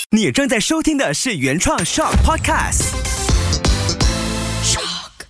你正在收听的是原创 Shock Podcast。Shock。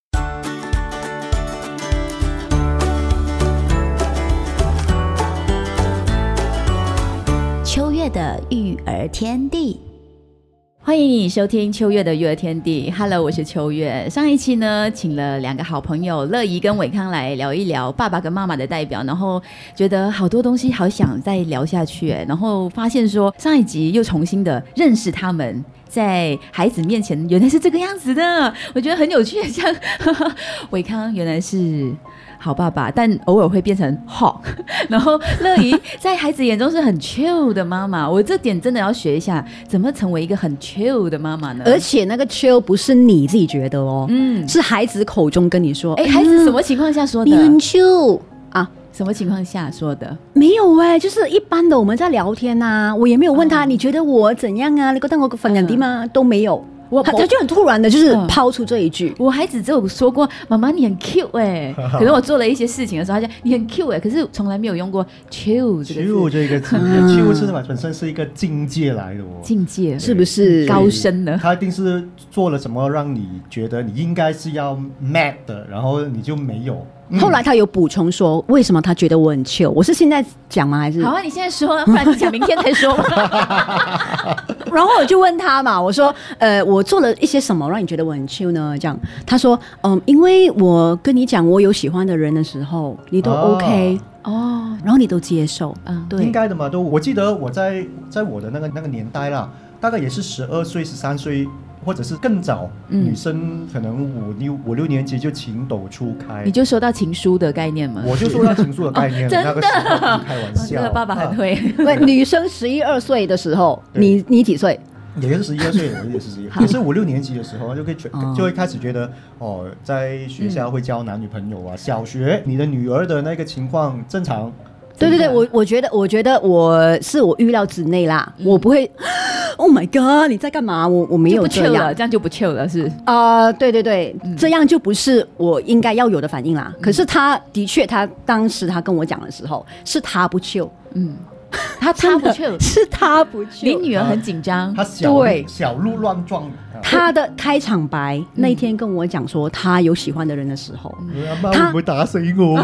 秋月的育儿天地。 欢迎你收听秋月的育儿天地。 Hello， 我是秋月。上一期呢，请了两个好朋友乐怡跟伟康来聊一聊爸爸跟妈妈的代表，然后觉得好多东西好想再聊下去，然后发现说上一集又重新的认识他们，在孩子面前原来是这个样子的，我觉得很有趣。像伟康原来是好爸爸，但偶尔会变成好，然后乐怡在孩子眼中是很 chill 的妈妈。我这点真的要学一下，怎么成为一个很 chill 的妈妈呢？ 而且那个 chill 不是你自己觉得哦，是孩子口中跟你说。 孩子什么情况下说的？ 你很 chill 啊？ 什么情况下说的？ 没有就是一般的我们在聊天啊，我也没有问他，你觉得我怎样啊？你觉得我份人點啊？都没有。他就很突然的，就是抛出这一句。 我孩子只有说过妈妈你很 cute 可是我做了一些事情的时候，他讲你很 cute 可是从来没有用过 chill 这个字。chill 是本身是一个境界来的哦， 境界是不是高深的？ 他一定是做了什么让你觉得你应该是要 mad 的，然后你就没有。 后来他有补充说，为什么他觉得我很 chill？ 我是现在讲吗？还是好啊？你现在说，不然你讲明天才说。 然后我就问他嘛，我说，我做了一些什么让你觉得我很 chill 呢？这样，他说，因为我跟你讲我有喜欢的人的时候，你都 OK 哦，然后你都接受，对， 应该的嘛，都我记得我在我的那个年代啦，大概也是12岁、13岁。或者是更早，女生可能5、6年级就情窦初开。 你就收到情书的概念吗？ 我就收到情书的概念， 真的， 那个时候开玩笑。 这个爸爸很会。 女生11、12岁的时候，你几岁？ 也是11、12岁，我也是11，也是5、6年级的时候就会开始觉得在学校会交男女朋友啊。小学你的女儿的那个情况正常。 对，我觉得我是我预料之内啦，我不会。Oh my god！ 你在干嘛？我没有这样， 这样就不 chill 了，是对，这样就不是我应该要有的反应啦。可是他的确，他当时他跟我讲的时候，是他不 chill， 他不 chill， 是他不 chill。 你女儿很紧张， 他小鹿乱撞。 他的开场白那一天跟我讲说，他有喜欢的人的时候， 他会不会打死我？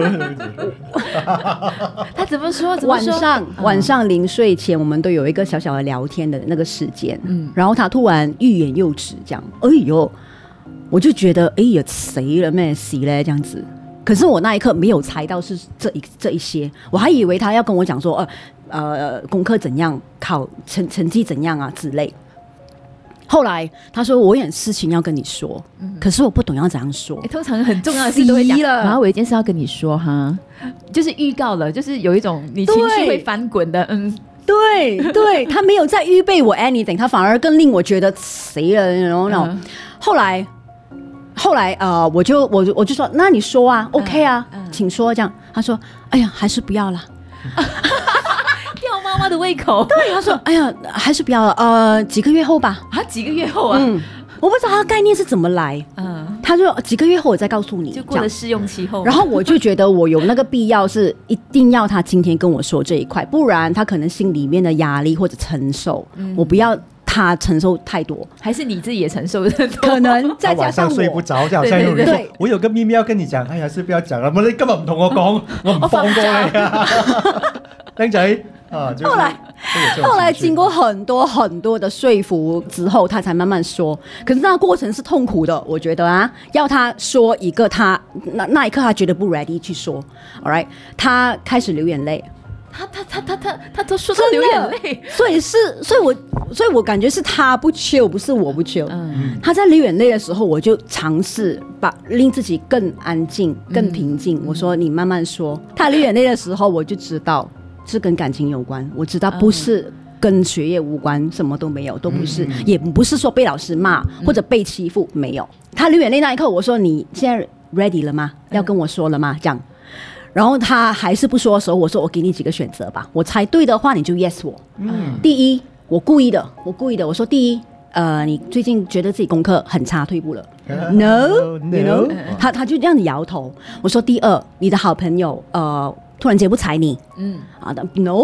他怎么说？ 晚上临睡前，我们都有一个小小的聊天的那个时间，然后他突然欲言又止，这样，哎呦，我就觉得，哎呀，谁了咩事嘞？这样子。可是我那一刻没有猜到是这一些，我还以为他要跟我讲说，功课怎样，考成绩怎样啊之类。后来他说我有点事情要跟你说，可是我不懂要怎样说。 通常很重要的事都会讲，然后我有一件事要跟你说哈，就是预告了，就是有一种你情绪会翻滚的， 对，他没有在预备我 anything， 他反而更令我觉得谁了，然后后来我就说，那你说啊 ，OK 啊，请说这样。他说，哎呀，还是不要了。 吊妈妈的胃口。 对，他说，哎呀，还是不要了，几个月后吧。 几个月后啊？ 我不知道他的概念是怎么来。他就几个月后我再告诉你， 就过了试用期后。 然后我就觉得我有那个必要是一定要他今天跟我说这一块，不然他可能心里面的压力或者承受，我不要他承受太多， 还是你自己也承受的多？ 可能再加上晚上睡不着，就好像有人说我有个秘密要跟你讲，哎呀，是不要讲了，你根本唔同我講，我唔放過你啊，靚仔啊！ 後來經過很多的說服之後，他才慢慢說。可是那個過程是痛苦的，我覺得啊，要他說一個他那一刻他覺得不 ready 去說 ，all right， 他開始流眼淚。 他都說到流眼淚， 所以我感覺是他不 chill， 不是我不 chill。他在流眼淚的時候，我就嘗試令自己更安靜、更平靜。我說你慢慢說。他流眼淚的時候，我就知道是跟感情有關，我知道不是跟學業無關，什麼都沒有，都不是，也不是說被老師罵或者被欺負，沒有。他流眼淚那一刻，我說你現在 ready 了嗎？要跟我說了嗎？這樣。然後他還是不說的時候，我說我給你幾個選擇吧，我猜對的話你就 yes 我。第一，我故意的，我說第一，你最近覺得自己功課很差，退步了。No， you know， 他就這樣子搖頭。我說第二，你的好朋友突然間不睬你，No。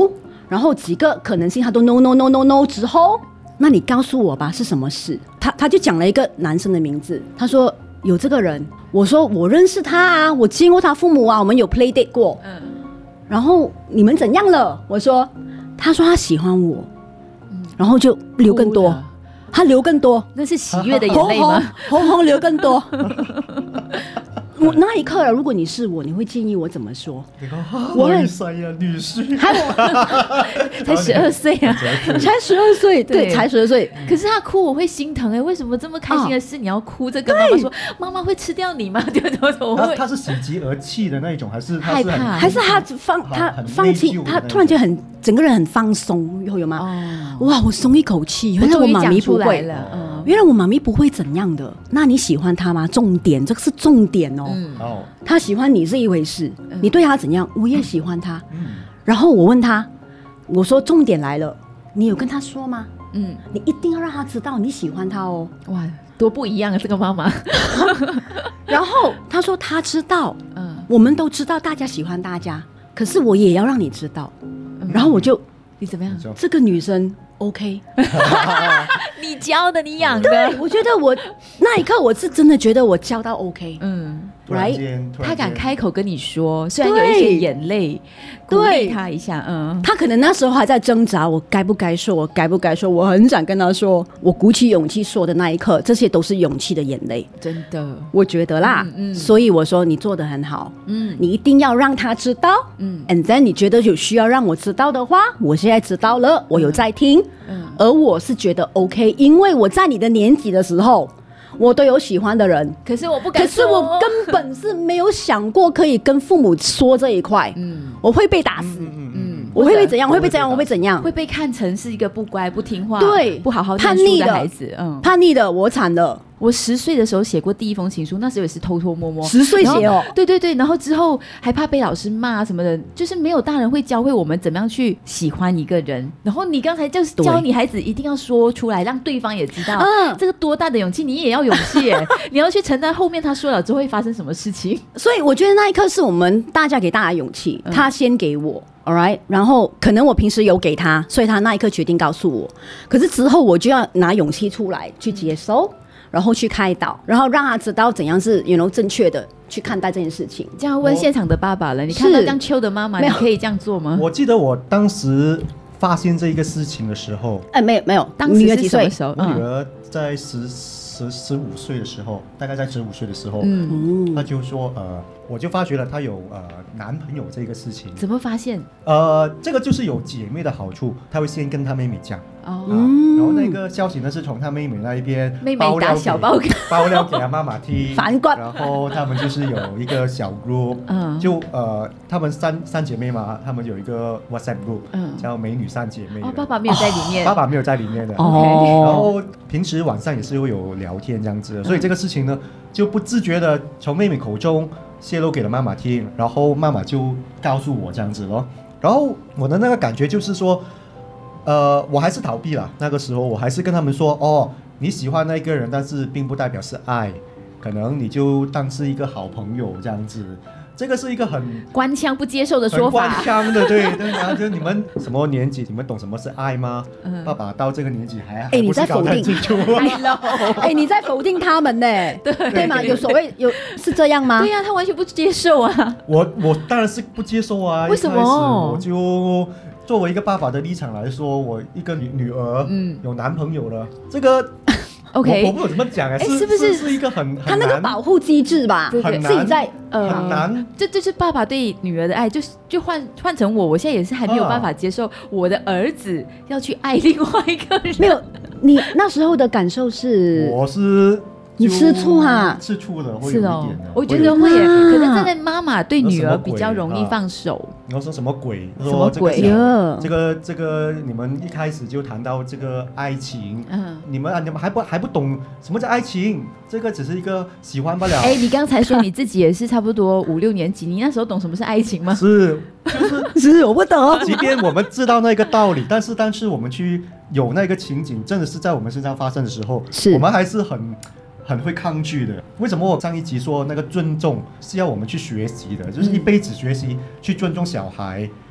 然后几个可能性他都 no 之后，那你告诉我吧是什么事？他就讲了一个男生的名字，他说有这个人，我说我认识他啊，我见过他父母啊，我们有 play date 过，然后你们怎样了？我说，他说他喜欢我，然后就流更多，他流更多， 那是喜悦的眼泪吗？ 红流更多。我那一刻了，如果你是我，你会建议我怎么说？ 我很帅呀，女婿， 才12岁啊， 才12岁，对，才12岁。 可是他哭我会心疼哎，为什么这么开心的事你要哭？这跟妈妈说，妈妈会吃掉你吗？ 他是喜极而泣的那一种，还是害怕？ 还是他放弃？他突然间整个人很放松，有吗？哇，我松一口气，原来我妈咪不会了。原来我妈咪不会怎样的，那你喜欢她吗？重点，这个是重点哦。她喜欢你是一回事，你对她怎样，我也喜欢她。然后我问她，我说重点来了，你有跟她说吗？你一定要让她知道你喜欢她哦。 哇，多不一样啊，这个妈妈。 然后她说她知道，我们都知道大家喜欢大家，可是我也要让你知道。然后我就， 你怎么样？ 这个女生。OK， 你教的，你养的。 对，我觉得我那一刻我是真的觉得我教到 OK， 他敢开口跟你说，虽然有一些眼泪，鼓励他一下， 他可能那时候还在挣扎，我该不该说，我该不该说，我很想跟他说，我鼓起勇气说的那一刻，这些都是勇气的眼泪， 真的， 我觉得啦，所以我说你做得很好，你一定要让他知道，and then 你觉得有需要让我知道的话，我现在知道了，我有在听。而我是觉得 OK， 因为我在你的年纪的时候，我都有喜欢的人， 可是我不敢说， 可是我根本是没有想过可以跟父母说这一块，我会被打死，我会被怎样？会被怎样？我会怎样？ 会被看成是一个不乖、不听话、 对不好好念书的孩子， 叛逆的，我惨了。 我10岁的时候写过第一封情书，那时候也是偷偷摸摸。 10岁写哦， 对，然后之后还怕被老师骂什么的，就是没有大人会教会我们怎么样去喜欢一个人。然后你刚才就是教你孩子一定要说出来，让对方也知道，这个多大的勇气，你也要勇气耶，你要去承担后面他说了之后会发生什么事情。 所以我觉得那一刻是我们大家给大家勇气，他先给我。Alright， 然后可能我平时有给他，所以他那一刻决定告诉我。可是之后我就要拿勇气出来去接收，然后去开导，然后让他知道怎样是正确的去看待这件事情。 这样问现场的爸爸了，你看到这样秋的妈妈，你可以这样做吗？ 我记得我当时发现这一个事情的时候， 没有， 当时是什么时候？ 我女儿在15岁的时候，大概在15岁的时候，她就说我就发觉了她有男朋友这个事情。 怎么发现？ 这个就是有姐妹的好处，她会先跟她妹妹讲。 然后那个消息呢是从她妹妹那一边妹妹打小报告爆料给她妈妈听， 反观， 然后他们就是有一个小 group，就他们三姐妹嘛，他们有一个 WhatsApp group，叫美女3姐妹。 爸爸没有在里面， 爸爸没有在里面的。然后平时晚上也是会有聊天这样子的，所以这个事情呢就不自觉的从妹妹口中泄露给了妈妈听，然后妈妈就告诉我这样子咯。然后我的那个感觉就是说，我还是逃避了。那个时候我还是跟他们说，你喜欢那个人，但是并不代表是爱，可能你就当是一个好朋友这样子。这个是一个很官腔不接受的说法， 很官腔的，对。然后就你们什么年纪，你们懂什么是爱吗？爸爸到这个年纪还你在否定，你在否定他们呢？对吗？有所谓是这样吗？ 对呀，他完全不接受啊。 我当然是不接受啊。 为什么？ 我就作为一个爸爸的立场来说，我一个女儿有男朋友了，这个。 OK， 我不知道怎么讲是不是一个很他那个保护机制吧？ 很难， 自己在很难。 这就是爸爸对女儿的爱，就换成我现在也是还没有办法接受我的儿子要去爱另外一个人。 没有，你那时候的感受是？你吃醋啊？ 吃醋的会有一点的， 我觉得会耶。可能站在妈妈对女儿比较容易放手。 然后说什么鬼？ 什么鬼？ 这个你们一开始就谈到这个爱情，你们还不懂什么叫爱情？这个只是一个喜欢不了。 你刚才说你自己也是差不多5、6年级，你那时候懂什么是爱情吗？ 是我不懂。 即便我们知道那个道理，但是我们去有那个情景，真的是在我们身上发生的时候，我们还是很会抗拒的。为什么我上一集说那个尊重是要我们去学习的，就是一辈子学习去尊重小孩，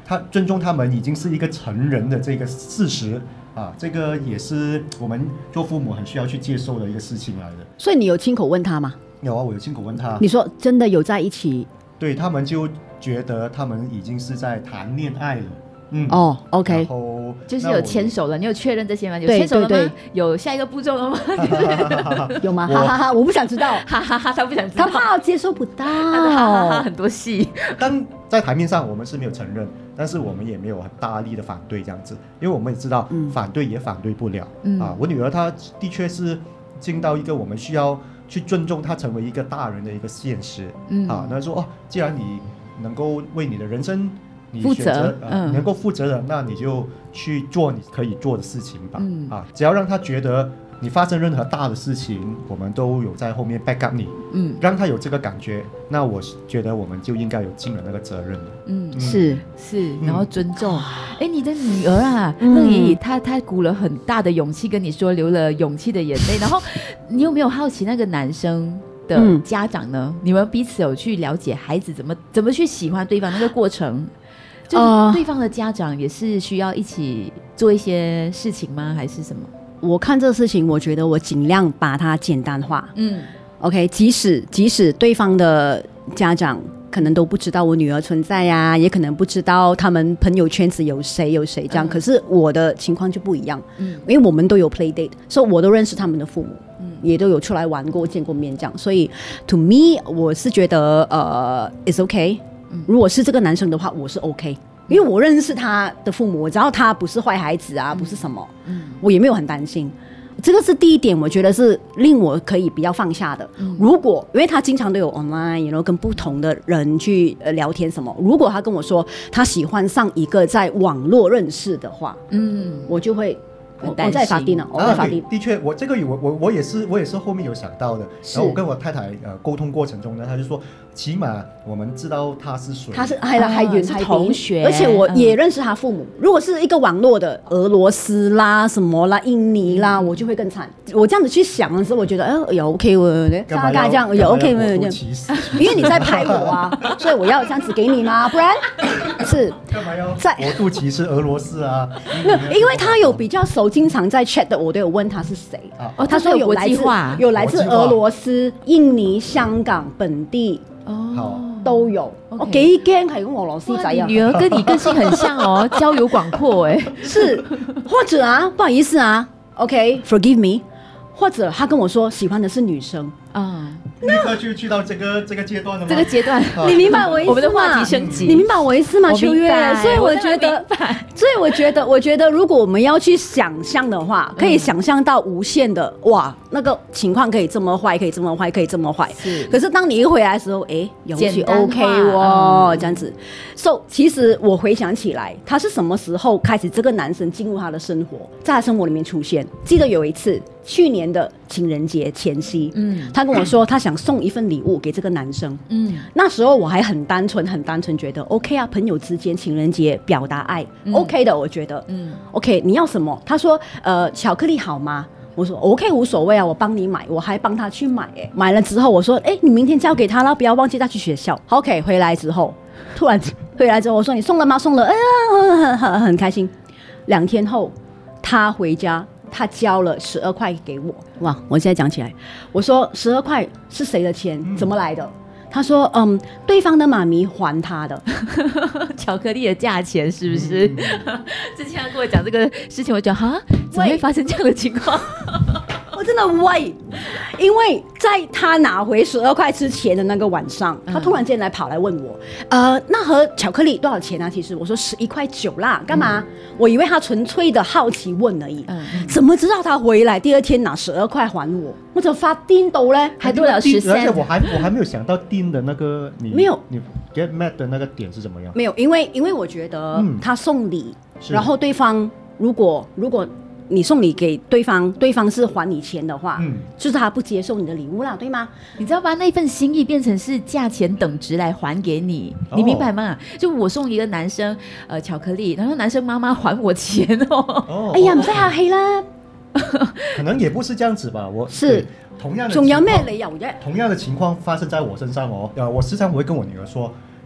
他尊重他们已经是一个成人的这个事实啊，这个也是我们做父母很需要去接受的一个事情来的。 所以你有亲口问他吗？ 有啊，我有亲口问他。 你说真的有在一起？ 对，他们就觉得他们已经是在谈恋爱了。 哦 ，OK， 然后就是有牵手了，你有确认这些吗？有对牵手了吗？ 对对有下一个步骤了吗？ 有吗？哈哈哈，我不想知道， 哈哈哈，他不想知道， 他怕接受不到， 他的哈哈哈很多戏。 当在台面上我们是没有承认，但是我们也没有很大力的反对这样子，因为我们也知道反对也反对不了。我女儿她的确是进到一个我们需要去尊重她成为一个大人的一个现实。那说既然你能够为你的人生你负选择责， 能够负责的，那你就去做你可以做的事情吧。只要让她觉得你发生任何大的事情，我们都有在后面 back up 你，让他有这个感觉，那我觉得我们就应该有尽了那个责任了。 是， 然后尊重。你的女儿啊，乐怡，她鼓了很大的勇气跟你说，流了勇气的眼泪。然后你有没有好奇那个男生的家长呢？你们彼此有去了解孩子怎么去喜欢对方那个过程？就是对方的家长也是需要一起做一些事情吗？还是什么？ 我看这个事情，我觉得我尽量把它简单化。OK， 即使对方的家长可能都不知道我女儿存在呀，也可能不知道他们朋友圈子有谁这样，可是我的情况就不一样。因为我们都有 play date， 所以我都认识他们的父母，也都有出来玩过、见过面这样，所以 to me 我是觉得is okay。如果是这个男生的话，我是 OK， 因为我认识他的父母，我知道他不是坏孩子啊，不是什么，我也没有很担心。这个是第一点，我觉得是令我可以比较放下的。如果因为他经常都有 online， 跟不同的人去聊天什么，如果他跟我说他喜欢上一个在网络认识的话，我就会。我在法定了，我在法定。 的确，我这个我也是后面有想到的。然后我跟我太太沟通过程中呢，他就说，起码我们知道他是谁， 他是还远是同学， 而且我也认识他父母。如果是一个网络的俄罗斯啦、什么啦、印尼啦，我就会更惨。我这样子去想的时候，我觉得也 OK， 大概这样也 OK， 因为你在拍我啊，所以我要这样子给你吗？不然是干嘛要国度歧视俄罗斯啊？ 因为他有比较熟。经常在 chat 的我都有问他是谁，他说有来自俄罗斯、印尼、香港本地都有。我幾驚係俄羅斯仔啊！ 女兒跟你個性很像哦，交友廣闊是，或者不好意思，OK，forgive me， 或者他跟我說喜歡的是女生立刻就去到这个阶段了吗？ 这个阶段， 你明白我意思吗？ 我们的话题升级， 你明白我意思吗？秋月，所以我觉得，如果我们要去想象的话，可以想象到无限的哇，那个情况可以这么坏，可以这么坏，可以这么坏。可是当你一回来的时候，勇气 OK 这样子。So 其实我回想起来，他是什么时候开始这个男生进入他的生活，在他生活里面出现？记得有一次。去年的情人节前夕，他跟我说他想送一份礼物给这个男生。那时候我还很单纯觉得 OK 啊，朋友之间情人节表达爱，OK 的，我觉得OK。你要什么？他说巧克力好吗？我说 OK 无所谓啊，我帮你买，我还帮他去买。买了之后我说你明天交给他了，不要忘记带去学校。OK， 回来之后突然回来之后我说你送了吗？送了，很开心。2天后他回家。他交了12塊給我，哇！我現在講起來，我說12塊是誰的錢？怎麼來的？他說對方的媽咪還他的巧克力的價錢是不是？之前他跟我講這個事情，我講哈，怎麼會發生這樣的情況？ 我真的喂，因為在他拿回12塊之前的那個晚上，他突然間跑來問我，那盒巧克力多少錢啊？其實我說11.9塊啦，幹嘛？我以為他純粹的好奇問而已，怎麼知道他回來第2天拿12塊還我？我就發癲到呢，還多了13。 而且我還沒有想到癲的那個沒有你 get mad 的那個點是怎麼樣？ 沒有，因為我覺得他送禮，然後對方如果你送禮給對方，對方是還你錢的話，就是他不接受你的禮物啦，對嗎？ 你知道把那份心意變成是價錢等值來還給你，你明白嗎？就我送一個男生巧克力，然後男生媽媽還我錢哎呀，唔使客氣啦。 可能也不是這樣子吧， 是同樣的， 仲有咩理由啫？ 同樣的情況發生在我身上我時常會跟我女兒說。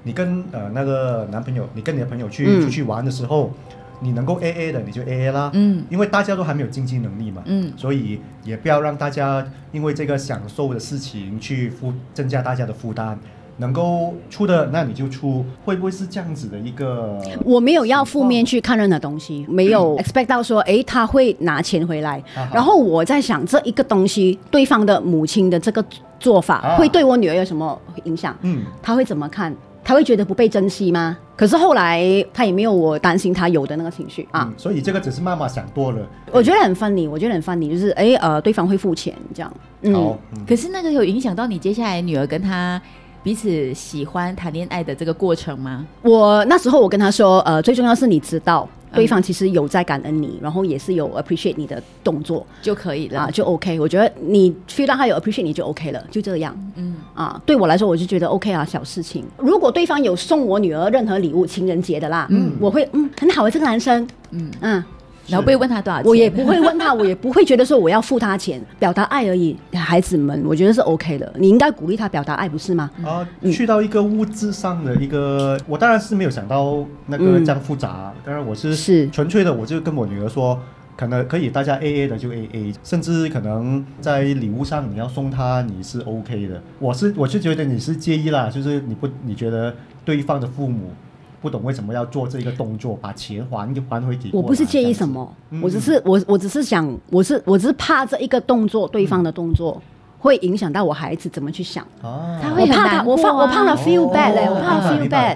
你跟那个男朋友，你跟你的朋友出去玩的时候，你能够 AA 的你就 AA 啦，因为大家都还没有经济能力嘛，所以也不要让大家因为这个享受的事情去增加大家的负担。能够出的那你就出，会不会是这样子的一个？ 我没有要负面去看任何东西，没有 expect 到说，他会拿钱回来。然后我在想，这一个东西，对方的母亲的这个做法，会对我女儿有什么影响？她会怎么看？她会觉得不被珍惜吗？可是后来她也没有我担心她有的那个情绪啊。 所以这个只是妈妈想多了。 我觉得很funny，就是对方会付钱这样。 可是那个有影响到你接下来女儿跟她彼此喜欢谈恋爱的这个过程吗？ 我那时候我跟他说，最重要是你知道对方其实有在感恩你，然后也是有 appreciate 你的动作就可以了就 OK。我觉得你 feel 到他有 appreciate 你就 OK 了，就这样。对我来说我就觉得 OK 啊，小事情。如果对方有送我女儿任何礼物，情人节的啦，我会很好这个男生， 然后不会问他多少钱， 我也不会问他，我也不会觉得说我要付他钱，表达爱而已。孩子们，我觉得是 OK 的，你应该鼓励他表达爱，不是吗？ 去到一个物质上的一个，我当然是没有想到那个这样复杂。当然我是纯粹的，我就跟我女儿说，可以大家 AA 的就 AA， 甚至可能在礼物上你要送她，你是 OK 的。我是觉得你是介意啦，就是你觉得对方的父母不懂为什么要做这个动作，把钱还回给我不是介意什么，我只是想，我只是怕这一个动作，对方的动作会影响到我孩子怎么去想。 他会很难过我怕他 feel bad 嘞，我怕他 feel bad。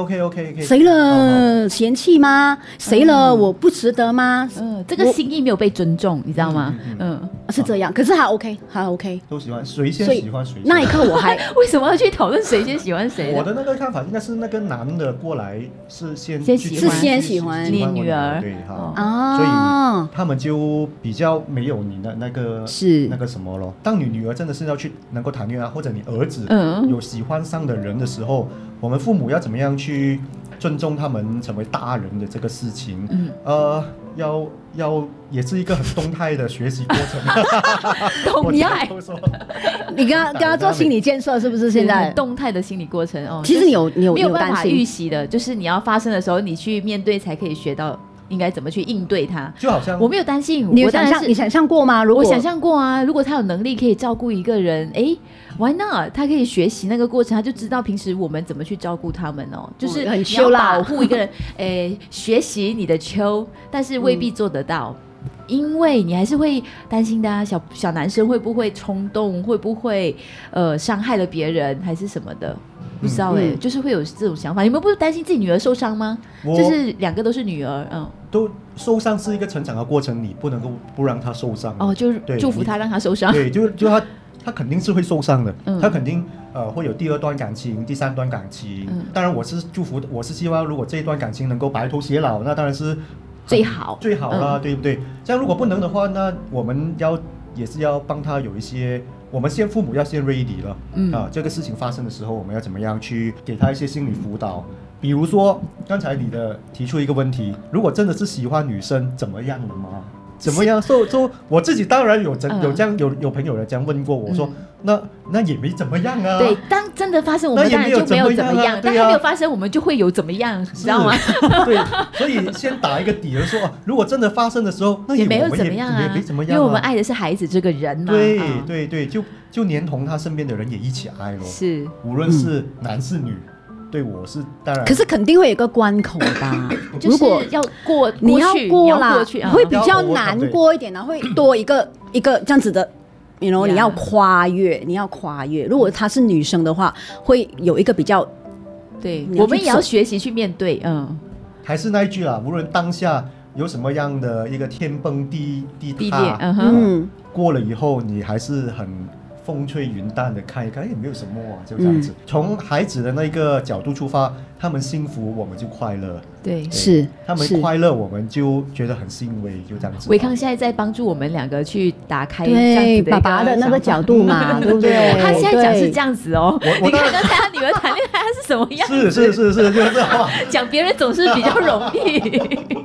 OK。 谁了嫌弃吗？谁了我不值得吗？ 这个心意没有被尊重，你知道吗？ 是这样。可是还 OK， 都喜欢谁先喜欢谁。 那一刻我还为什么要去讨论谁先喜欢谁？ 我的那个看法应该是那个男的过来是先喜欢你女儿， 对所以他们就比较没有你的那个那个什么咯。当你女儿真的是要去能够谈恋爱，或者你儿子有喜欢上的人的时候，我们父母要怎么样去尊重他们成为大人的这个事情？要也是一个很动态的学习过程。 你跟他做心理建设是不是？现在动态的心理过程其实你有没有办法预习的，就是你要发生的时候，你去面对才可以学到应该怎么去应对它。 就好像我没有担心， 你想象过吗？ 我想象过啊，如果他有能力可以照顾一个人，why not？ 他可以学习那个过程，他就知道平时我们怎么去照顾他们就是你要保护一个人，学习你的秋，但是未必做得到。因为你还是会担心的啊，小男生会不会冲动，会不会伤害了别人，还是什么的，不知道就是会有这种想法。你们不是担心自己女儿受伤吗？就是两个都是女儿， 都受伤是一个成长的过程，你不能够不让她受伤。 就是祝福她让她受伤。 对，就她肯定是会受伤的，她肯定会有第二段感情、第三段感情。当然我是祝福，我是希望如果这一段感情能够白头偕老，那当然是最好啦，对不对？这样如果不能的话，那我们也是要帮他有一些，我们父母要先 ready 了。这个事情发生的时候，我们要怎么样去给他一些心理辅导？比如说刚才你提出一个问题，如果真的是喜欢女生，怎么样了吗？怎么样？我自己当然有这样有朋友这样问过我说，那也没怎么样啊。 对，当真的发生，我们当然就没有怎么样，但还没有发生，我们就会有怎么样，知道吗？ 对，所以先打一个底，说如果真的发发生的时候，那也没有怎么样啊， 也没怎么样， 因为我们爱的是孩子这个人嘛。 对，就连同他身边的人也一起爱咯。 是， 无论是男是女。对，我是当然， 可是肯定会有一个关口吧。 如果要过， 你要过啦，会比较难过一点的，会多一个这样子的，你要跨越，如果她是女生的话，会有一个比较， 对，我们也要学习去面对。 还是那一句啦，无论当下有什么样的一个天崩地塌，过了以后，你还是很风吹云淡的看一看，也没有什么就这样子。从孩子的那个角度出发，他们幸福，我们就快乐。 对， 是他们快乐，我们就觉得很欣慰，就这样子。 维康现在在帮助我们两个去打开对爸爸的那个角度嘛，对不对？ 他现在讲是这样子哦。你看刚才他女儿谈恋爱，他是什么样子？ 是，就是这话。 讲别人总是比较容易。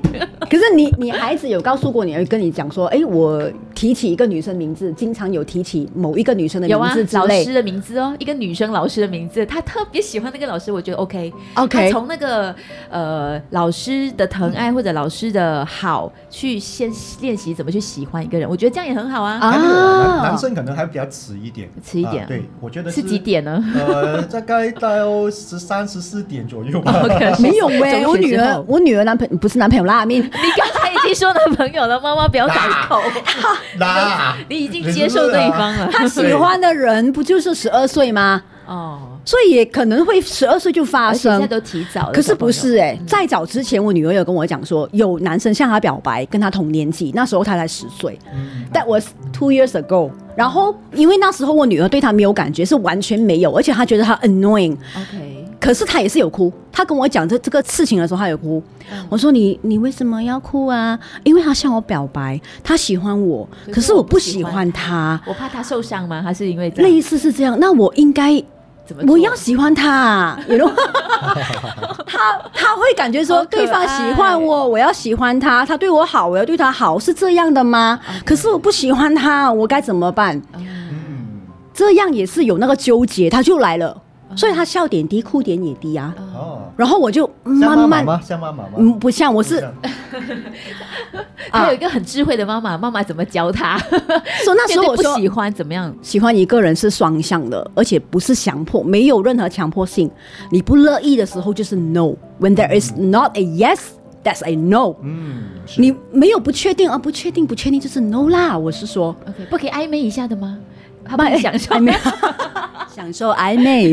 可是你孩子有告诉过你，有跟你讲说，我提起一个女生名字，经常有提起某一个女生的名字之类， 老师的名字哦，一个女生老师的名字，他特别喜欢那个老师，我觉得 OK。他从那个老师的疼爱或者老师的好，去先练习怎么去喜欢一个人，我觉得这样也很好啊。 男生可能还比较迟一点，对，我觉得是几点呢？ 大概到13、14点左右吧。 没有我女儿男朋友不是男朋友啦，你刚才已经说男朋友了，妈妈不要改口。你已经接受对方了。 他喜欢的人不就是12岁吗？所以也可能会12岁就发生， 现在都提早了。 可是不是在早之前，我女儿有跟我讲说，有男生向她表白，跟她同年纪，那时候她才10岁，That was 2 years ago。然后因为那时候我女儿对他没有感觉，是完全没有，而且她觉得他 annoying。OK。可是她也是有哭，她跟我讲这个事情的时候，她有哭。我说你为什么要哭啊？因为她向我表白，她喜欢我，可是我不喜欢她。 我怕她受伤吗？还是因为这样类似是这样？那我应该。我要喜欢他，you know 他会感觉说对方喜欢我，我要喜欢他，他对我好，我要对他好，是这样的吗？可是我不喜欢他，我该怎么办？这样也是有那个纠结，他就来了。所以他笑点低，哭点也低啊。然后我就慢慢像妈妈吗？ 不像，我是。 他有一个很智慧的妈妈，妈妈怎么教他？ 说那时候我说不喜欢怎么样？ 喜欢一个人是双向的，而且不是强迫，没有任何强迫性。你不乐意的时候就是 no。When there is not a yes, that's a no。你没有不确定啊，不确定就是 no 啦。我是说 ，OK， 不可以暧昧一下的吗？他们享受享受暧昧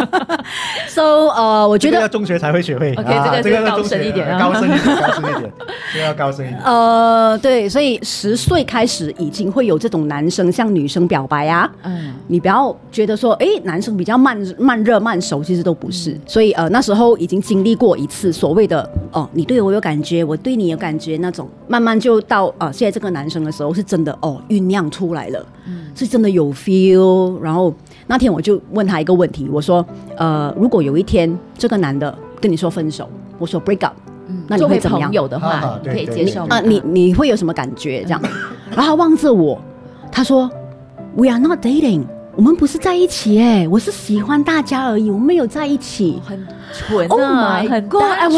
，so 我觉得要中学才会学会。 OK， 这个高深一点， 高深一点，这个要高深一点。 对，所以10岁开始已经会有这种男生向女生表白啊。你不要觉得说，男生比较慢热慢熟，其实都不是。所以那时候已经经历过一次所谓的你对我有感觉，我对你有感觉那种，慢慢就到现在这个男生的时候是真的酝酿出来了，是真的有 feel。然后那天我就问他一个问题，我说如果有一天这个男的跟你说分手，我说 break up，那你会怎么样？ 作为朋友的话，你可以接受吗？ 你会有什么感觉？这样，然后他望着我，他说 We are not dating， 我们不是在一起我是喜欢大家而已，我们没有在一起。 很纯 ，Oh my God，I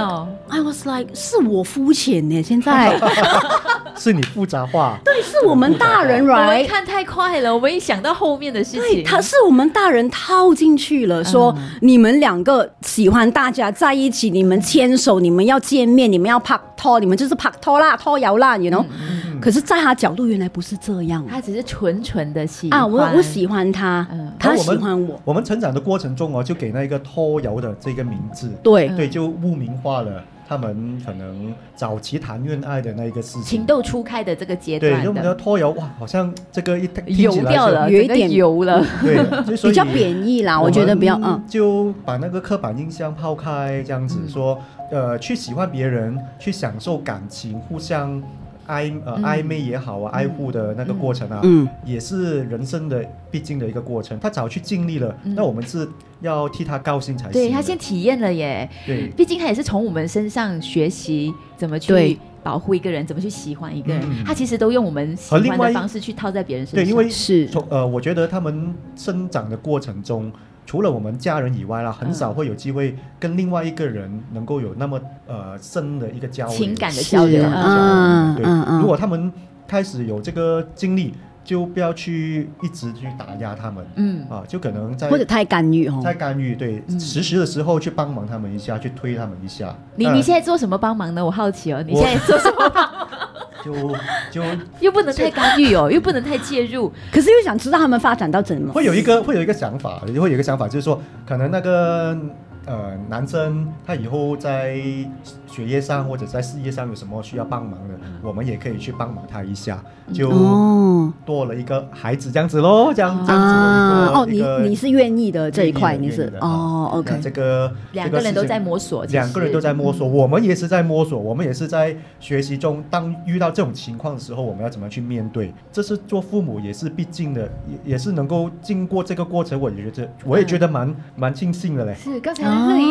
was like， 是我肤浅现在。 是你复杂化， 对，是我们大人 right？ 我们看太快了，我们一想到后面的事情， 对，他是我们大人套进去了，说你们两个喜欢大家在一起，你们牵手，你们要见面，你们要拍拖，你们就是拍拖啦，拖摇啦，you know？可是，在他角度原来不是这样， 他只是纯的喜欢我喜欢他，他喜欢我。 我们成长的过程中就给那一个拖摇的这个名字， 对， 就污名化了。他们可能早期谈恋爱的那一个事情， 情窦初开的这个阶段， 对，就我们要拖摇，哇，好像这个油掉了， 有一点油了， 对， 比较贬义啦，我觉得比较就把那个刻板印象抛开，这样子说，去喜欢别人，去享受感情，互相暧昧也好爱护的那个过程也是人生的必经的一个过程。他早去经历了，那我们是要替他高兴才行。 对，他先体验了耶，对，毕竟他也是从我们身上学习怎么去保护一个人，怎么去喜欢一个人，他其实都用我们喜欢的方式去套在别人身上。 对，因为我觉得他们生长的过程中，除了我们家人以外啦，很少会有机会跟另外一个人能够有那么深的一个交流， 情感的交流。 如果他们开始有这个经历，就不要去一直去打压他们，就可能或者太干预对，时的时候去帮忙他们一下，去推他们一下。 你现在做什么帮忙呢？我好奇你现在做什么帮忙？ 就又不能太干预又不能太介入， 可是又想知道他们发展到怎么。 会有一个想法，就是说，可能那个男生他以后在学业上或者在事业上有什么需要帮忙的，我们也可以去帮忙他一下，就多了一个孩子这样子咯，这样子你是愿意的这一块，你是 OK， 这个两个人都在摸索， 我们也是在摸索，我们也是在学习中。当遇到这种情况的时候，我们要怎么去面对？这是做父母也是必经的，也是能够经过这个过程，我也觉得蛮庆幸的嘞。 是刚才乐怡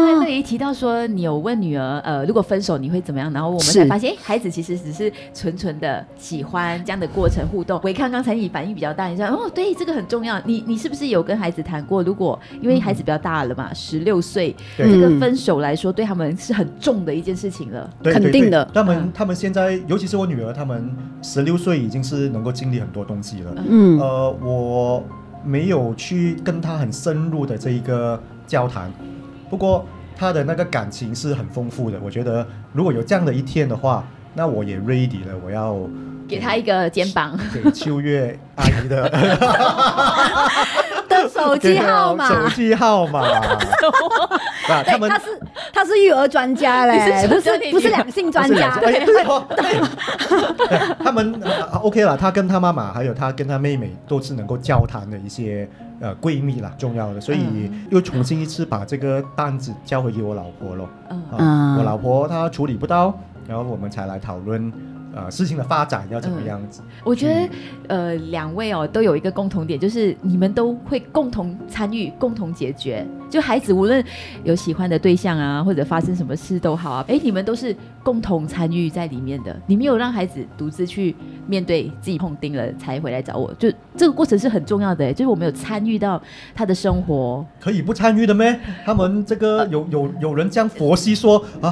才乐怡提到说，你有问女儿，如果分手你会怎么样？然后我们才发现，孩子其实只是纯纯的喜欢这样的过程互动。维康刚才你反应比较大，你说哦，对，这个很重要。你是不是有跟孩子谈过？如果因为孩子比较大了嘛，16岁，这个分手来说对他们是很重的一件事情了， 对肯定的。 他们现在，尤其是我女儿，他们16岁已经是能够经历很多东西了。我没有去跟她很深入的这一个交谈，不过她的那个感情是很丰富的。我觉得如果有这样的一天的话，那我也 ready 了，我要给她一个肩膀， 给秋月阿姨的手机号码， 手机号码。 他是育儿专家嘞，不是两性专家。 对，他们OK 了，他跟他妈妈还有他跟他妹妹都是能够交谈的一些闺蜜啦，重要的，所以又重新一次把这个担子交回给我老婆咯。我老婆她处理不到，然后我们才来讨论事情的发展要怎么样子。 我觉得两位都有一个共同点，就是你们都会共同参与、共同解决。就孩子无论有喜欢的对象啊，或者发生什么事都好啊，你们都是共同参与在里面的。你没有让孩子独自去面对自己碰钉了才回来找我，就这个过程是很重要的。就是我们有参与到他的生活。 可以不参与的咩？他们这个有人这样佛系说啊。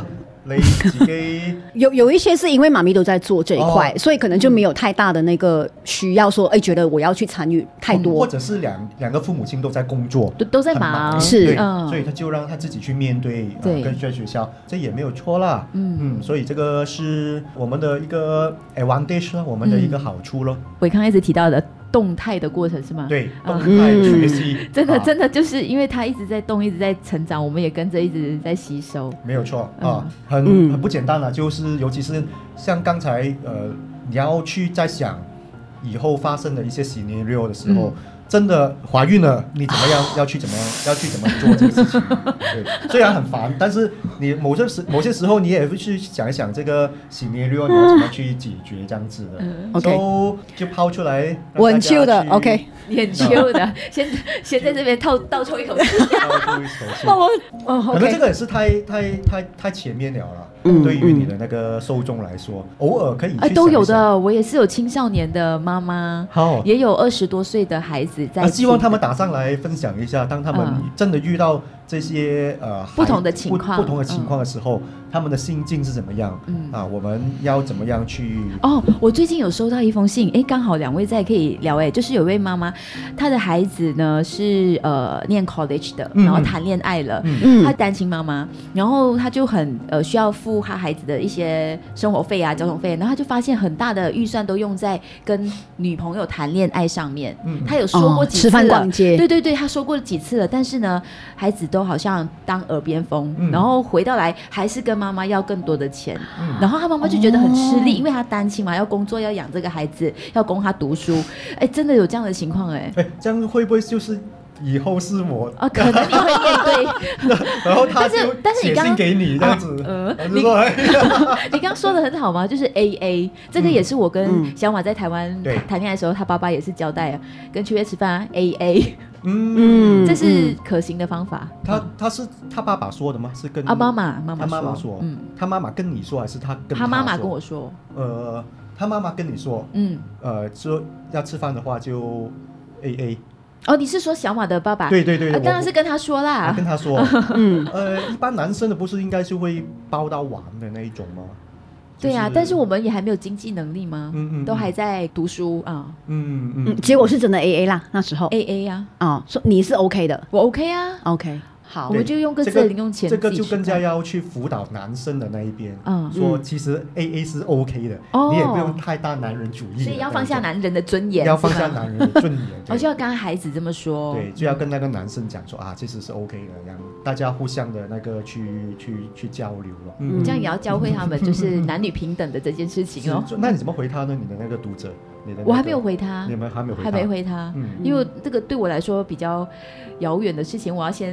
有一些是因为妈咪都在做这一块，所以可能就没有太大的那个需要说，觉得我要去参与太多， 或者是两个父母亲都在工作， 都在忙， 是， 所以他就让他自己去面对，跟在学校，这也没有错啦。所以这个是我们的一个 advantage 了，我们的一个好处咯。 伟康一直提到的动态的过程是吗？ 对，动态学习， 真的就是因为他一直在动，一直在成长，我们也跟着一直在吸收。 没有错很不简单了，就是尤其是像刚才你要去在想以后发生的一些scenario的时候。真的怀孕了，你怎么样要去怎么做这个事情？对，虽然很烦，但是你某些时候你也会去想一想这个scenario你要怎么去解决这样子的。 OK， 就抛出来， 我很 chill 的 ，OK， 你很 chill 的，先在这边倒抽一口气， 可能这个也是太前面了啦。对于你的那个受众来说，偶尔可以去想一想都有的。我也是有青少年的妈妈，也有20多岁的孩子在。 希望他们打上来分享一下，当他们真的遇到这些不同的情况的时候，他们的心境是怎么样？我们要怎么样去？ 我最近有收到一封信，刚好两位在可以聊，就是有一位妈妈，她的孩子呢是念 college 的，然后谈恋爱了，她单亲妈妈，然后她就很需要付她孩子的一些生活费啊、交通费，然后她就发现很大的预算都用在跟女朋友谈恋爱上面。她有说过几次了， 吃饭逛街， 对，她说过几次了，但是呢，孩子都好像当耳边风，然后回到来还是跟妈妈要更多的钱，然后她妈妈就觉得很吃力，因为她单亲嘛，要工作，要养这个孩子，要供他读书，真的有这样的情况这样会不会就是以后是我可能你会面对然后他就写信给你这样子， 你刚刚说的很好嘛，就是 AA 这个也是我跟小马在台湾谈恋爱的时候，他爸爸也是交代跟秋月吃饭AA，这是可行的方法。 他是他爸爸说的吗？是跟妈妈说，他妈妈跟你说还是他跟他妈妈跟我说？ 他妈妈跟你说，说要吃饭的话就 AA。 你是说小马的爸爸？ 对， 当然是跟他说啦。 跟他说，一般男生的不是应该是会包到完的那一种吗？ 对啊，但是我们也还没有经济能力吗？都还在读书啊。 结果是真的 AA 啦，那时候 AA 啊。 说你是 OK 的， 我 OK 啊。 OK。好， 我们就用各自的零用钱， 这个就更加要去辅导男生的那一边，说其实 AA 是 OK 的，你也不用太大男人主义， 所以要放下男人的尊严， 要放下男人的尊严， 就要跟孩子这么说， 对，就要跟那个男生讲说其实是 OK 的，这样大家互相的那个去交流了， 这样也要教会他们就是男女平等的这件事情哦。 那你怎么回他呢？你的那个读者？ 我还没有回他， 你们还没回他， 因为这个对我来说比较遥远的事情，我要先做好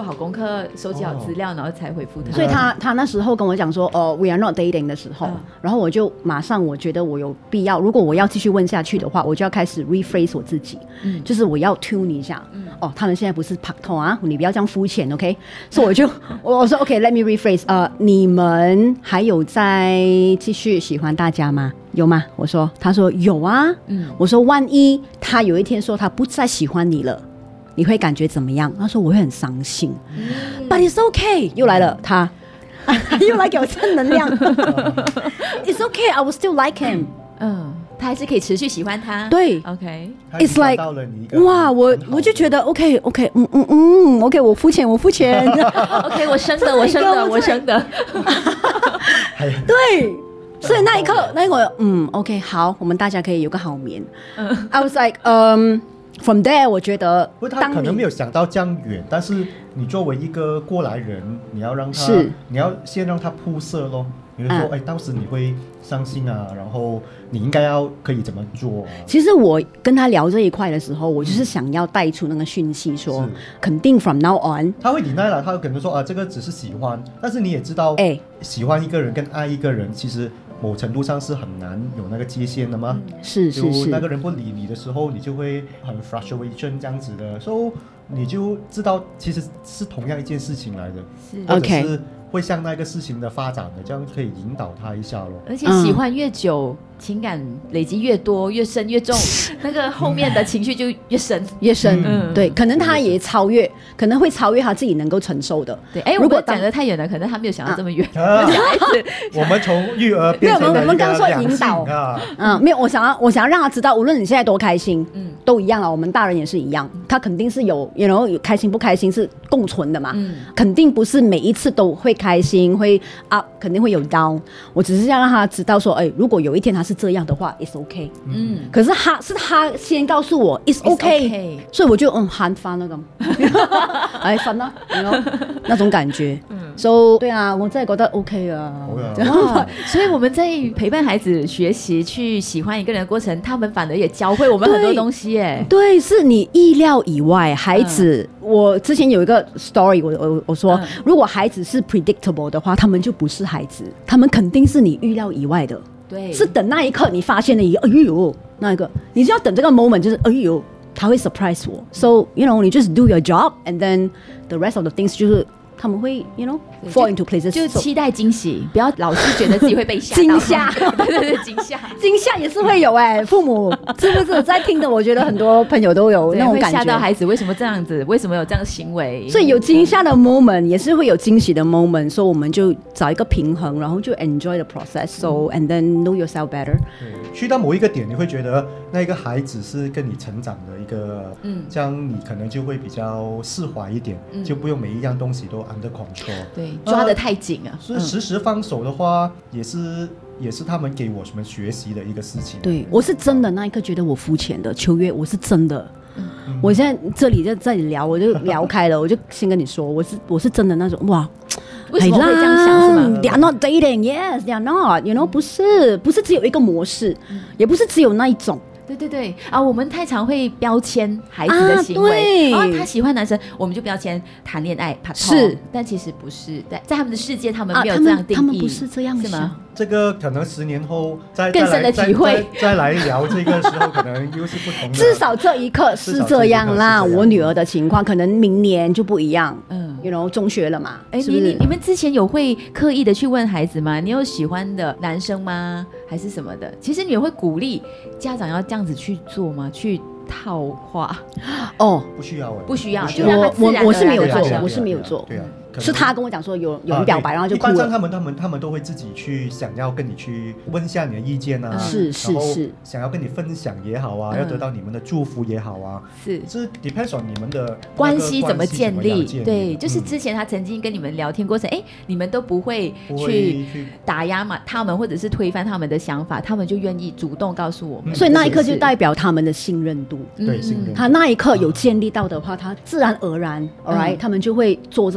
好功课，收集好资料，然后才回复他。 所以他那时候跟我讲说we are not dating 的时候，然后我就马上我觉得我有必要，如果我要继续问下去的话，我就要开始 rephrase 我自己，就是我要 tune 一下，他们现在不是拍拖啊，你不要这样肤浅 ，OK？ 所以我说 OK，let me rephrase，你们还有在继续喜欢大家吗？有吗？我说，他说有啊，我说万一他有一天说他不再喜欢你了，你会感觉怎么样？他说我会很伤心，But it's okay， 又来了他。又来给我正能量It's okay, I will still like him。 他还是可以持续喜欢他。 对 ，OK， It's like 哇，我就觉得 OK， OK， 我肤浅 OK， 我生的。 对。所以那一刻OK， 好，我们大家可以有个好眠。I was like from there， 我觉得他可能没有想到这样远，但是你作为一个过来人，你要让他，你要先让他铺设咯。比如说，当时你会伤心啊，然后你应该要可以怎么做啊？ 其实我跟他聊这一块的时候，我就是想要带出那个讯息说，肯定 from now on， 他会 deny 了，他可能说这个只是喜欢，但是你也知道，喜欢一个人跟爱一个人，其实某程度上是很难有那个界限的嘛。 是， 那个人不理你的时候，你就会很 frustration 这样子的，所以你就知道其实是同样一件事情来的，或者是会向那个事情的发展的，这样可以引导他一下咯。 而且喜欢越久，情感累积越多，越深越重，那个后面的情绪就越深。 对，可能他也可能会超越他自己能够承受的。 对，如果讲得太远了，可能他没有想到这么远。 我们从育儿变成了一个两性，没有，我们刚说引导没有，我想要让他知道，无论你现在多开心，都一样了。我们大人也是一样，他肯定是有开心不开心是共存的嘛。肯定不是每一次都会开心，会 up， 肯定会有 down。我只是要让他知道说，如果有一天他是这样的话 ，it's okay。可是他先告诉我 it's okay， 所以我就喊翻那个，翻了，那种感觉。So 对啊，我真係覺得 OK 啊。 所以我们在陪伴孩子学习去喜欢一个人的过程，他们反而也教会我们很多东西耶。 对，是你意料以外。孩子，我之前有一个 story， 我说，如果孩子是 predictable 的话，他们就不是孩子，他们肯定是你预料以外的。 对， 是等那一刻你发现了那一个，你就要等这个 moment， 就是他会 surprise 我。So you just do your job and then the rest of the things 就是他们会fall into places， 就期待惊喜，不要老是觉得自己会被吓到。 惊吓， 对，惊吓也是会有父母是不是在听的？我觉得很多朋友都有那种感觉， 会吓到孩子为什么这样子，为什么有这样的行为？ 所以有惊吓的 moment 也是会有惊喜的 moment， 所以我们就找一个平衡，然后就 enjoy the process，so and then know yourself better。 去到某一个点，你会觉得那个孩子是跟你成长的一个，这样你可能就会比较释怀一点，就不用每一样东西都under control。 对，抓得太紧啊。 所以时时放手的话，也是他们给我们学习的一个事情。 对，我是真的那一刻觉得我肤浅的，秋月，我是真的。我现在这里聊，我就聊开了，我就先跟你说，我是真的那种哇。 为什么会这样想是吗 ？They are not dating, yes, they are not. 不是只有一个模式，也不是只有那一种。 对我们太常会标签孩子的行为，他喜欢男生，我们就标签谈恋爱、拍拖，但其实不是，在他们的世界，他们没有这样定义， 他们不是这样想，是吗？ 这个可能10年后更深的体会， 再来聊这个时候，可能又是不同的。 至少这一刻是这样啦。我女儿的情况，可能明年就不一样。中学了嘛？是不是？ 你们之前有会刻意的去问孩子吗？你有喜欢的男生吗？还是什么的？其实你会鼓励家长要这样子去做吗？去套话？ 不需要不需要，就让他自然我是没有做， 我是没有做。 对啊。 是他跟我讲说有人表白，然后就哭了。 一般上他们都会自己去想要跟你去问一下你的意见啊， 是， 想要跟你分享也好啊，要得到你们的祝福也好啊，是 depends on 你们的关系怎么建立。对，就是之前他曾经跟你们聊天过程，你们都不会去打压嘛他们，或者是推翻他们的想法，他们就愿意主动告诉我们， 所以那一刻就代表他们的信任度。 对，信任。 他那一刻有建立到的话，他自然而然 ，alright，他们就会做这一块。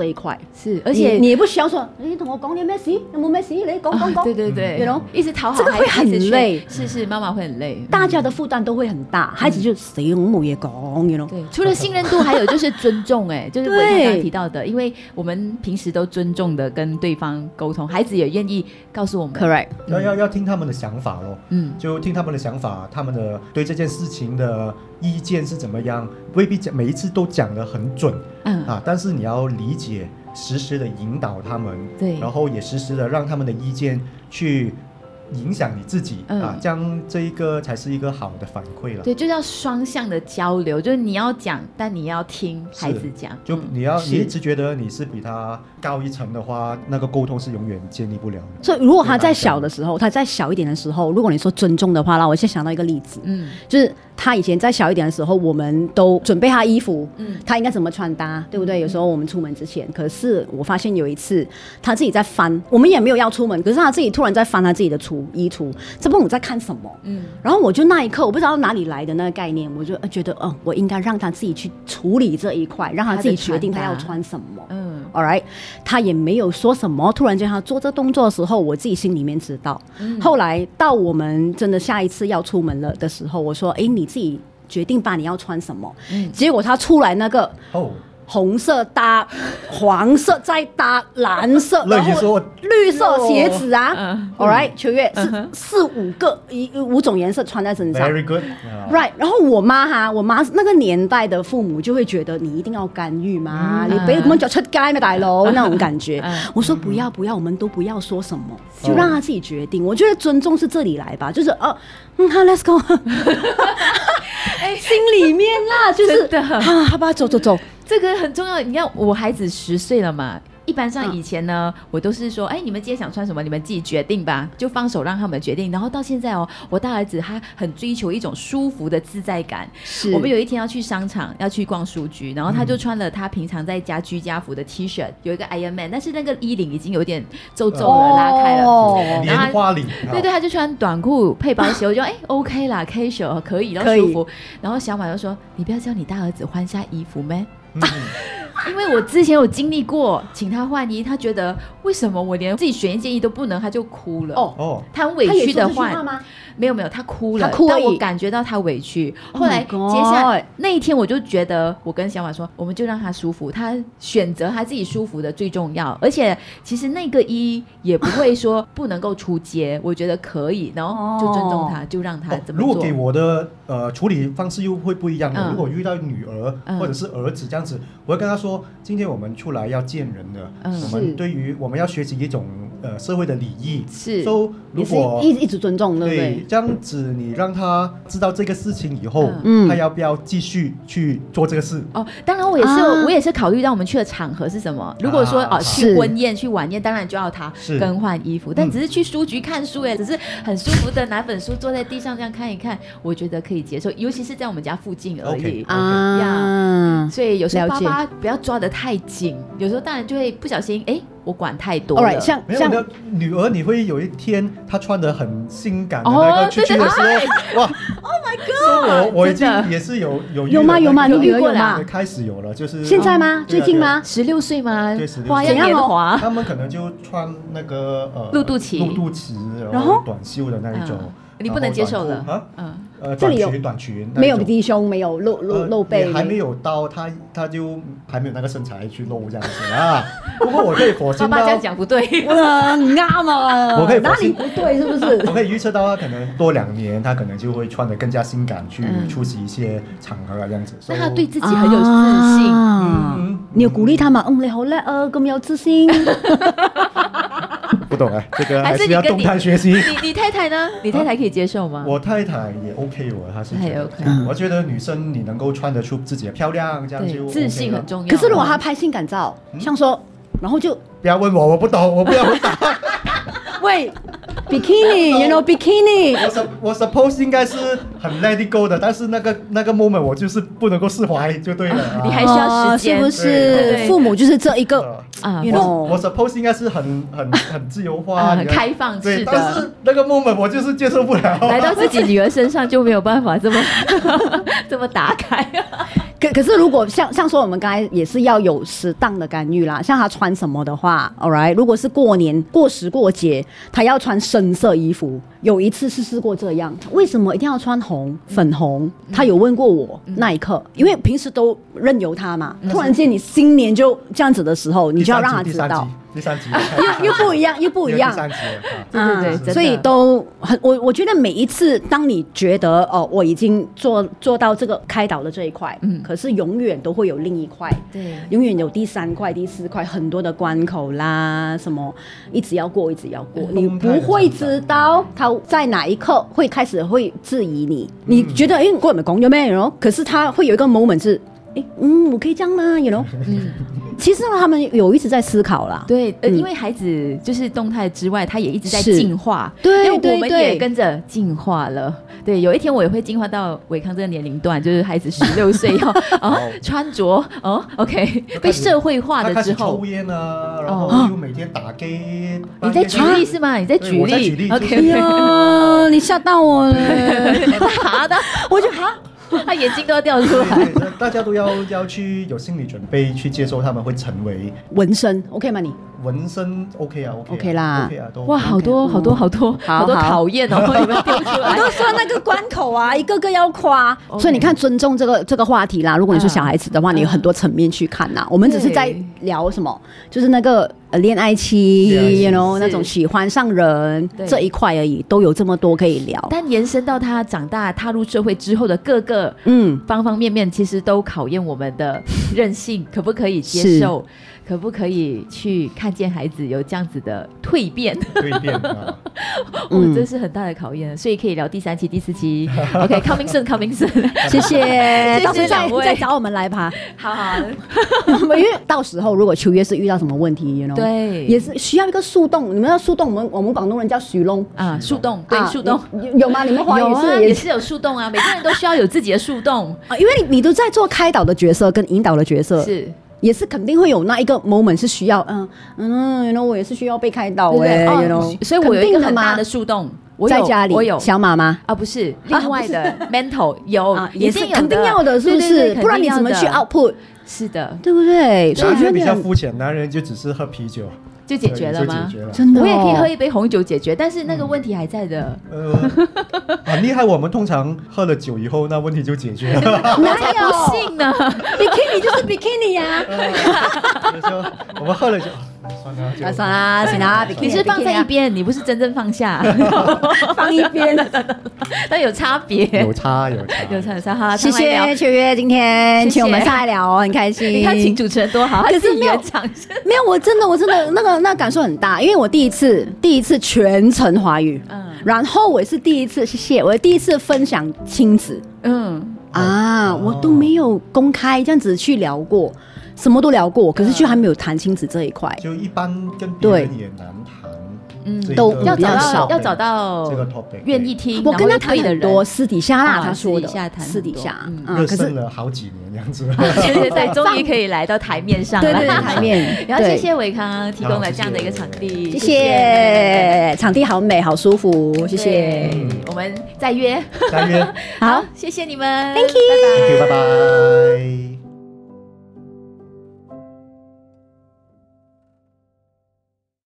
是，而且你也不需要说你同我講啲咩事，有冇咩事，你講， 对对对，一直讨好， 这个会很累， 是妈妈会很累， 大家的负担都会很大，孩子就死我冇嘢講对，除了信任度，还有就是尊重，就是我刚刚提到的，因为我们平时都尊重的跟对方沟通，孩子也愿意告诉我们 ，correct， 要听他们的想法咯，就听他们的想法，他们的对这件事情的意见是怎么样，未必每一次都讲得很准，但是你要理解，实时的引导他们， 对， 然后也实时的让他们的意见去影响你自己，这样这一个才是一个好的反馈了。 对，就叫双向的交流，就是你要讲，但你要听孩子讲。 就你一直觉得你是比他高一层的话，那个沟通是永远建立不了的。 所以如果他在小的时候，他在小一点的时候，如果你说尊重的话，那我先想到一个例子，就是他以前在小一点的时候，我们都准备他衣服，他应该怎么穿搭，对不对？有时候我们出门之前，可是我发现有一次他自己在翻，我们也没有要出门，可是他自己突然在翻他自己的衣橱，这不我在看什么？然后我就那一刻我不知道哪里来的那个概念，我就觉得我应该让他自己去处理这一块，让他自己决定他要穿什么。All right， 他也没有说什么，突然间他做这动作的时候，我自己心里面知道。后来到我们真的下一次要出门了的时候，我说：“你自己决定吧，你要穿什么？”结果他出来那个红色搭黄色再搭蓝色，然后绿色鞋子啊，All right， 秋月是5种颜色穿在身上 ，Very good， right。然后我妈那个年代的父母就会觉得你一定要干预嘛，你别咁樣就出街咩大佬那种感觉。我说不要，我们都不要说什么，就让他自己决定。我觉得尊重是这里来吧，就是好 ，Let's go， 心里面啦，就是好吧，走。 这个很重要，你看我孩子10岁了嘛，一般上以前呢，我都是说，你们今天想穿什么，你们自己决定吧，就放手让他们决定。然后到现在我大儿子他很追求一种舒服的自在感。是，我们有一天要去商场，要去逛书局，然后他就穿了他平常在家居家服的 T 恤，有一个 Iron Man， 但是那个衣领已经有点皱皱了，拉开了， 莲花领。 对，他就穿短裤配包鞋，我就OK 啦 ，casual 可以，然后舒服。然后小马就说：“你不要叫你大儿子换下衣服咩？”因为我之前有经历过请他换衣，他觉得为什么我连自己选一件衣都不能，他就哭了。他很委屈的换，没有，他哭了，但我感觉到他委屈。后来接下来那一天，我就觉得我跟小马说，我们就让他舒服，他选择他自己舒服的最重要。而且其实那个衣也不会说不能够出街，我觉得可以，然后就尊重他，就让他这么做。 如果给我的处理方式又会不一样的。如果遇到女儿或者是儿子这样子，我会跟他说，今天我们出来要见人的，我们对于我们要学习一种社会的礼仪， 是， 如果一直尊重，对不对？ 这样子你让他知道这个事情以后，他要不要继续去做这个事？ 当然我也是考虑到我们去的场合是什么。如果说去婚宴去晚宴，当然就要他更换衣服，但只是去书局看书，只是很舒服的拿本书坐在地上这样看一看，我觉得可以接受，尤其是在我们家附近而已。所以有时候爸爸不要抓得太紧，有时候大人就会不小心我管太多了。 像女儿，你会有一天她穿得很性感的那个出去的时候，哇 ，Oh my God！ 我已经也是有吗？你女儿有吗？ 开始有了，就是现在吗？最近吗 ？16岁吗？ 对，16岁。 花样年华， 他们可能就穿那个露肚脐， 然后短袖的那一种。 你不能接受的短裙没有低胸，没有露背， 还没有到他就还没有那个身材去露这样子啊。不过我可以否认， 爸爸这样讲不对， 你啱啊！ 我可以哪里不对，是不是？ 我可以预测到他可能多2年，他可能就会穿得更加性感去出席一些场合啊这样子。 那他对自己很有自信， 你有鼓励他吗？你好叻啊，咁有自信。 不懂这个还是要动态学习。 你太太呢？你太太可以接受吗？ 我太太也 OK， 她是觉得 OK。我觉得女生你能够穿得出自己的漂亮，这样就 OK 自信很重要。 可是如果她拍性感照，像说，然后就不要问我不懂，我不要回答。 喂，bikini，you know bikini。 我 suppose 应该是很 let it go 的，但是那个 moment 我就是不能够释怀就对了。 你还需要时间， 是不是？父母就是这一个我 suppose 应该是很自由化、 很开放式的， 但是那个 moment 我就是接受不了。 来到自己女儿身上就没有办法这么打开。 可是如果像说我们刚才也是要有适当的干预啦，像他穿什么的话 ，all right， 如果是过年过时过节，他要穿深色衣服，有一次是试过这样，为什么一定要穿粉红？他有问过我那一刻，因为平时都任由他嘛，突然间你新年就这样子的时候，你就要让他知道。 第三集又不一样，又不一样。 第三集对， 所以都很我觉得每一次，当你觉得我已经做到这个开导的这一块，可是永远都会有另一块， 对， 永远有第3块、第4块，很多的关口啦，什么一直要过，你不会知道他在哪一刻会开始会质疑你，你觉得我咪講咗咩？可是他會有一個 moment 是，我可以這樣嗎 ？You know？ 其實他們有一直在思考啦。 对，因为孩子就是动态之外，他也一直在进化， 对， 因为我们也跟着进化了。对，有一天我也会进化到伟康这个年龄段，就是孩子16岁要穿着OK 被社会化的之后， 抽烟啊，然后又每天打机。 你在举例是吗？你在举例 ？OK， 呀，你吓到我了， 哈的， 我就他眼睛都要掉出来。 大家都要去有心理准备，去接受他们会成为纹身 ，OK 吗？你纹身 OK 啊 ，OK 啦 ，OK 啊，都哇，好多讨厌哦，你们丢出来。 我都说那个关口啊，一个个要夸，所以你看尊重这个话题啦。如果你是小孩子的话，你有很多层面去看啦。我们只是在聊什么，就是那个恋爱期 ，you know 那种喜欢上人这一块而已，都有这么多可以聊。 但延伸到他长大踏入社会之后的各个方方面面，其实都考验我们的韧性，可不可以接受，可不可以去看见孩子有这样子的蜕变啊这是很大的考验，所以可以聊第3期、第4期。OK，coming soon，coming soon， 谢谢，到时候再找我们来吧。 好， 因为到时候如果秋月是遇到什么问题， 对， 也是需要一个树洞。你们要树洞，我们广东人叫树窿啊，树洞，对，树洞有吗？你们华语也是有树洞啊，每个人都需要有自己的树洞啊，因为你都在做开导的角色跟引导的角色， 是。 也是肯定会有那一个 moment 是需要我也是需要被开导所以我有一个很大的树洞， 在家里， 我有小马吗？ 不是，另外的 mental 有也是肯定要的，是不是？不然你怎么去 output？ 是的， 对不对？ 所以我觉得比较肤浅，男人就只是喝啤酒就解决了吗？ 真的， 我也可以喝一杯红酒解决，但是那个问题还在的。 很厉害，我们通常喝了酒以后，那问题就解决了。 我才不信呢 ！Bikini 就是 Bikini 呀。 我们喝了酒， 算啦，行啦。 你是放在一边，你不是真正放下， 放一边， 但有差别， 有差。 好， 谢谢秋月今天请我们上来聊很开心。 你看请主持人多好，可是没有，我真的那感受很大，因为我第一次全程华语，然后我也是第一次，谢谢，我第一次分享亲子，我都没有公开这样子去聊过，什么都聊过，可是却还没有谈亲子这一块， 就一般跟别人也难谈。 都要找到愿意听， 我跟他谈很多私底下啦，他说的私底下，可是了好几年这样子， 对，终于可以来到台面上了， 对，台面。 然后谢谢伟康提供了这样的一个场地， 谢谢，场地好美，好舒服，谢谢。 我们再约， 好， 谢谢你们 ，Thank you， 拜拜。